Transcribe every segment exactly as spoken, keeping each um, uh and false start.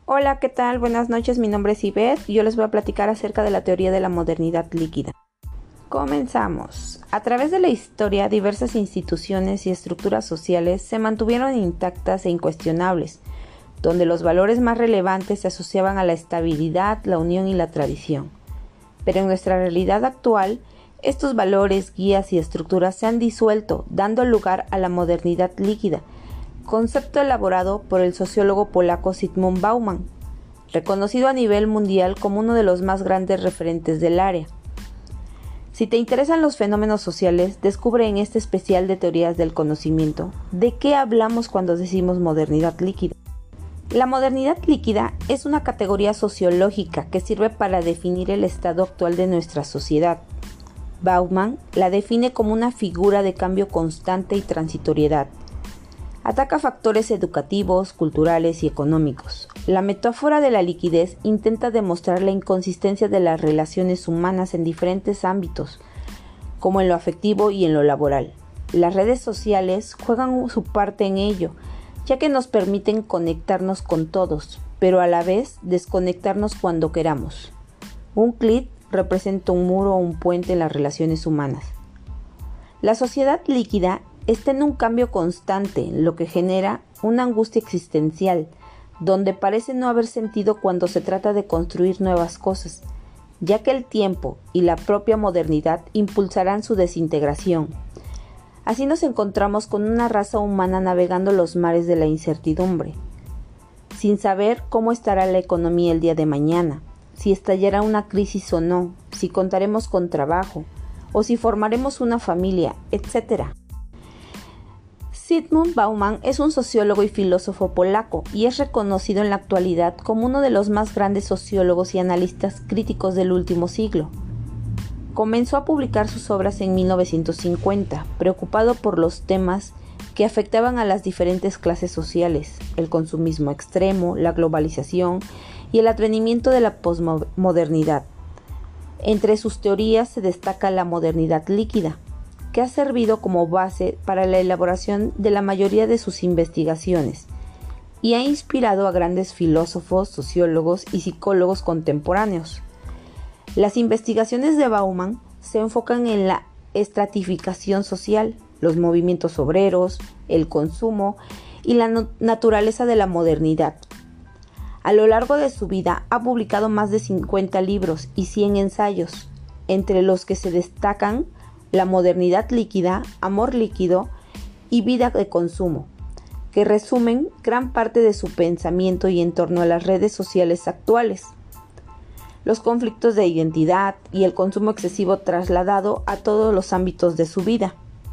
Hola, ¿qué tal? Buenas noches, mi nombre es Ivette y yo les voy a platicar acerca de la teoría de la modernidad líquida. Comenzamos. A través de la historia, diversas instituciones y estructuras sociales se mantuvieron intactas e incuestionables, donde los valores más relevantes se asociaban a la estabilidad, la unión y la tradición. Pero en nuestra realidad actual, estos valores, guías y estructuras se han disuelto, dando lugar a la modernidad líquida, concepto elaborado por el sociólogo polaco Zygmunt Bauman, reconocido a nivel mundial como uno de los más grandes referentes del área. Si te interesan los fenómenos sociales, descubre en este especial de teorías del conocimiento de qué hablamos cuando decimos modernidad líquida. La modernidad líquida es una categoría sociológica que sirve para definir el estado actual de nuestra sociedad. Bauman la define como una figura de cambio constante y transitoriedad. Ataca factores educativos, culturales y económicos. La metáfora de la liquidez intenta demostrar la inconsistencia de las relaciones humanas en diferentes ámbitos, como en lo afectivo y en lo laboral. Las redes sociales juegan su parte en ello, ya que nos permiten conectarnos con todos, pero a la vez desconectarnos cuando queramos. Un clic representa un muro o un puente en las relaciones humanas. La sociedad líquida está en un cambio constante, lo que genera una angustia existencial, donde parece no haber sentido cuando se trata de construir nuevas cosas, ya que el tiempo y la propia modernidad impulsarán su desintegración. Así nos encontramos con una raza humana navegando los mares de la incertidumbre, sin saber cómo estará la economía el día de mañana, si estallará una crisis o no, si contaremos con trabajo, o si formaremos una familia, etcétera. Zygmunt Bauman es un sociólogo y filósofo polaco y es reconocido en la actualidad como uno de los más grandes sociólogos y analistas críticos del último siglo. Comenzó a publicar sus obras en mil novecientos cincuenta, preocupado por los temas que afectaban a las diferentes clases sociales, el consumismo extremo, la globalización y el advenimiento de la posmodernidad. Entre sus teorías se destaca la modernidad líquida, que ha servido como base para la elaboración de la mayoría de sus investigaciones y ha inspirado a grandes filósofos, sociólogos y psicólogos contemporáneos. Las investigaciones de Bauman se enfocan en la estratificación social, los movimientos obreros, el consumo y la no- naturaleza de la modernidad. A lo largo de su vida ha publicado más de cincuenta libros y cien ensayos, entre los que se destacan La modernidad líquida, Amor líquido y Vida de consumo, que resumen gran parte de su pensamiento y en torno a las redes sociales actuales, los conflictos de identidad y el consumo excesivo trasladado a todos los ámbitos de su vida.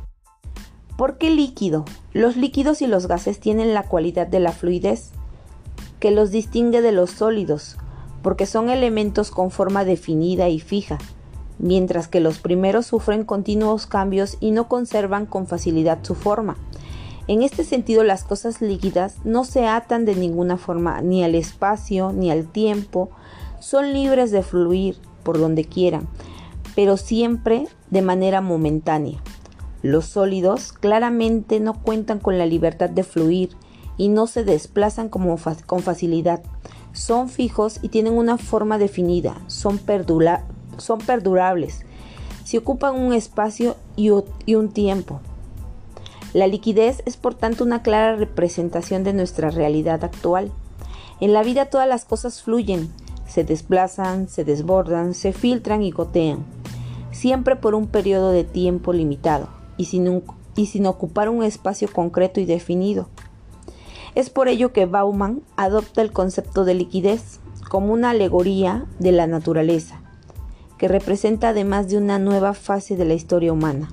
¿Por qué líquido? Los líquidos y los gases tienen la cualidad de la fluidez, que los distingue de los sólidos, porque son elementos con forma definida y fija, mientras que los primeros sufren continuos cambios y no conservan con facilidad su forma. En este sentido, las cosas líquidas no se atan de ninguna forma ni al espacio ni al tiempo, son libres de fluir por donde quieran, pero siempre de manera momentánea. Los sólidos claramente no cuentan con la libertad de fluir y no se desplazan como fa- con facilidad. Son fijos y tienen una forma definida, son perdura- son perdurables, si ocupan un espacio y, y un tiempo. La liquidez es por tanto una clara representación de nuestra realidad actual. En la vida todas las cosas fluyen, se desplazan, se desbordan, se filtran y gotean, siempre por un periodo de tiempo limitado y sin, un, y sin ocupar un espacio concreto y definido. Es por ello que Bauman adopta el concepto de liquidez como una alegoría de la naturaleza, que representa además de una nueva fase de la historia humana.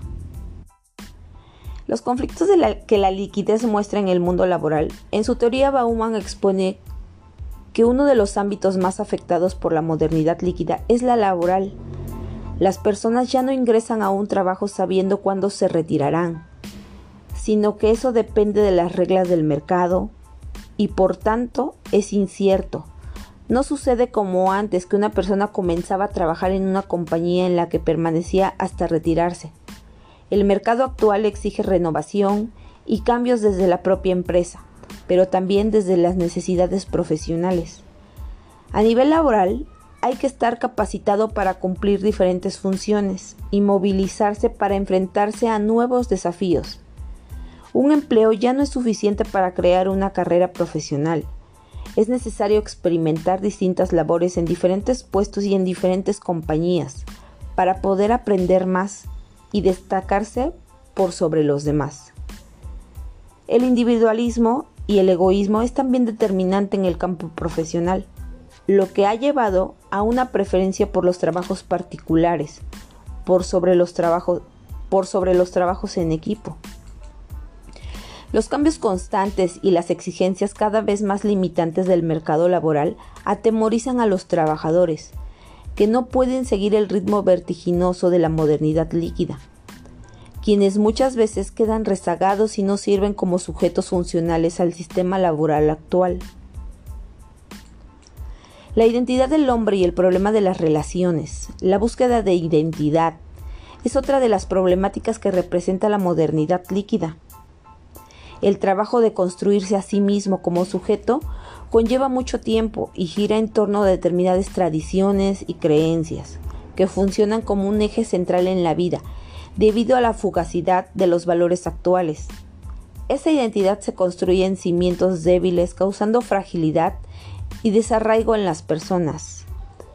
Los conflictos de la, que la liquidez muestra en el mundo laboral. En su teoría, Bauman expone que uno de los ámbitos más afectados por la modernidad líquida es la laboral. Las personas ya no ingresan a un trabajo sabiendo cuándo se retirarán, sino que eso depende de las reglas del mercado y por tanto es incierto. No sucede como antes, que una persona comenzaba a trabajar en una compañía en la que permanecía hasta retirarse. El mercado actual exige renovación y cambios desde la propia empresa, pero también desde las necesidades profesionales. A nivel laboral, hay que estar capacitado para cumplir diferentes funciones y movilizarse para enfrentarse a nuevos desafíos. Un empleo ya no es suficiente para crear una carrera profesional. Es necesario experimentar distintas labores en diferentes puestos y en diferentes compañías para poder aprender más y destacarse por sobre los demás. El individualismo y el egoísmo es también determinante en el campo profesional, lo que ha llevado a una preferencia por los trabajos particulares, por sobre los trabajos, por sobre los trabajos en equipo. Los cambios constantes y las exigencias cada vez más limitantes del mercado laboral atemorizan a los trabajadores, que no pueden seguir el ritmo vertiginoso de la modernidad líquida, quienes muchas veces quedan rezagados y no sirven como sujetos funcionales al sistema laboral actual. La identidad del hombre y el problema de las relaciones, la búsqueda de identidad, es otra de las problemáticas que representa la modernidad líquida. El trabajo de construirse a sí mismo como sujeto conlleva mucho tiempo y gira en torno a determinadas tradiciones y creencias que funcionan como un eje central en la vida debido a la fugacidad de los valores actuales. Esa identidad se construye en cimientos débiles, causando fragilidad y desarraigo en las personas.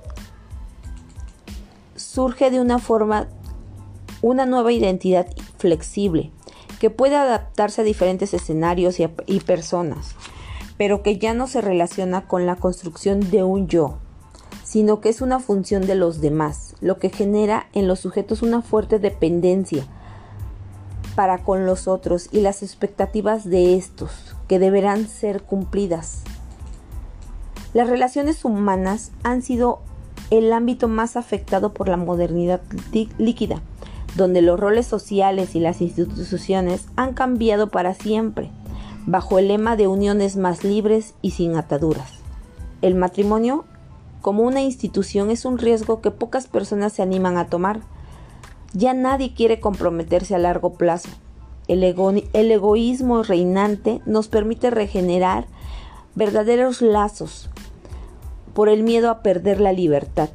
Surge de una forma una nueva identidad flexible que puede adaptarse a diferentes escenarios y, a, y personas, pero que ya no se relaciona con la construcción de un yo, sino que es una función de los demás, lo que genera en los sujetos una fuerte dependencia para con los otros y las expectativas de estos, que deberán ser cumplidas. Las relaciones humanas han sido el ámbito más afectado por la modernidad líquida, donde los roles sociales y las instituciones han cambiado para siempre, bajo el lema de uniones más libres y sin ataduras. El matrimonio, como una institución, es un riesgo que pocas personas se animan a tomar. Ya nadie quiere comprometerse a largo plazo. El, ego- el egoísmo reinante nos permite regenerar verdaderos lazos por el miedo a perder la libertad.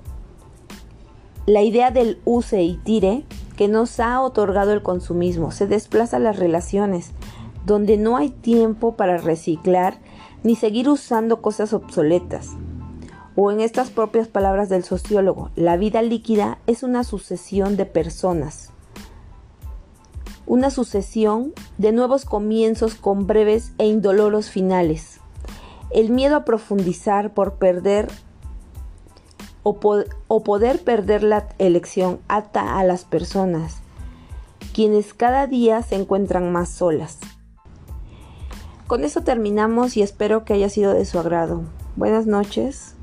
La idea del use y tire que nos ha otorgado el consumismo se desplaza a las relaciones, donde no hay tiempo para reciclar ni seguir usando cosas obsoletas. O en estas propias palabras del sociólogo, la vida líquida es una sucesión de personas, una sucesión de nuevos comienzos con breves e indoloros finales. El miedo a profundizar por perder o, po- o poder perder la elección ata a las personas, quienes cada día se encuentran más solas. Con eso terminamos y espero que haya sido de su agrado. Buenas noches.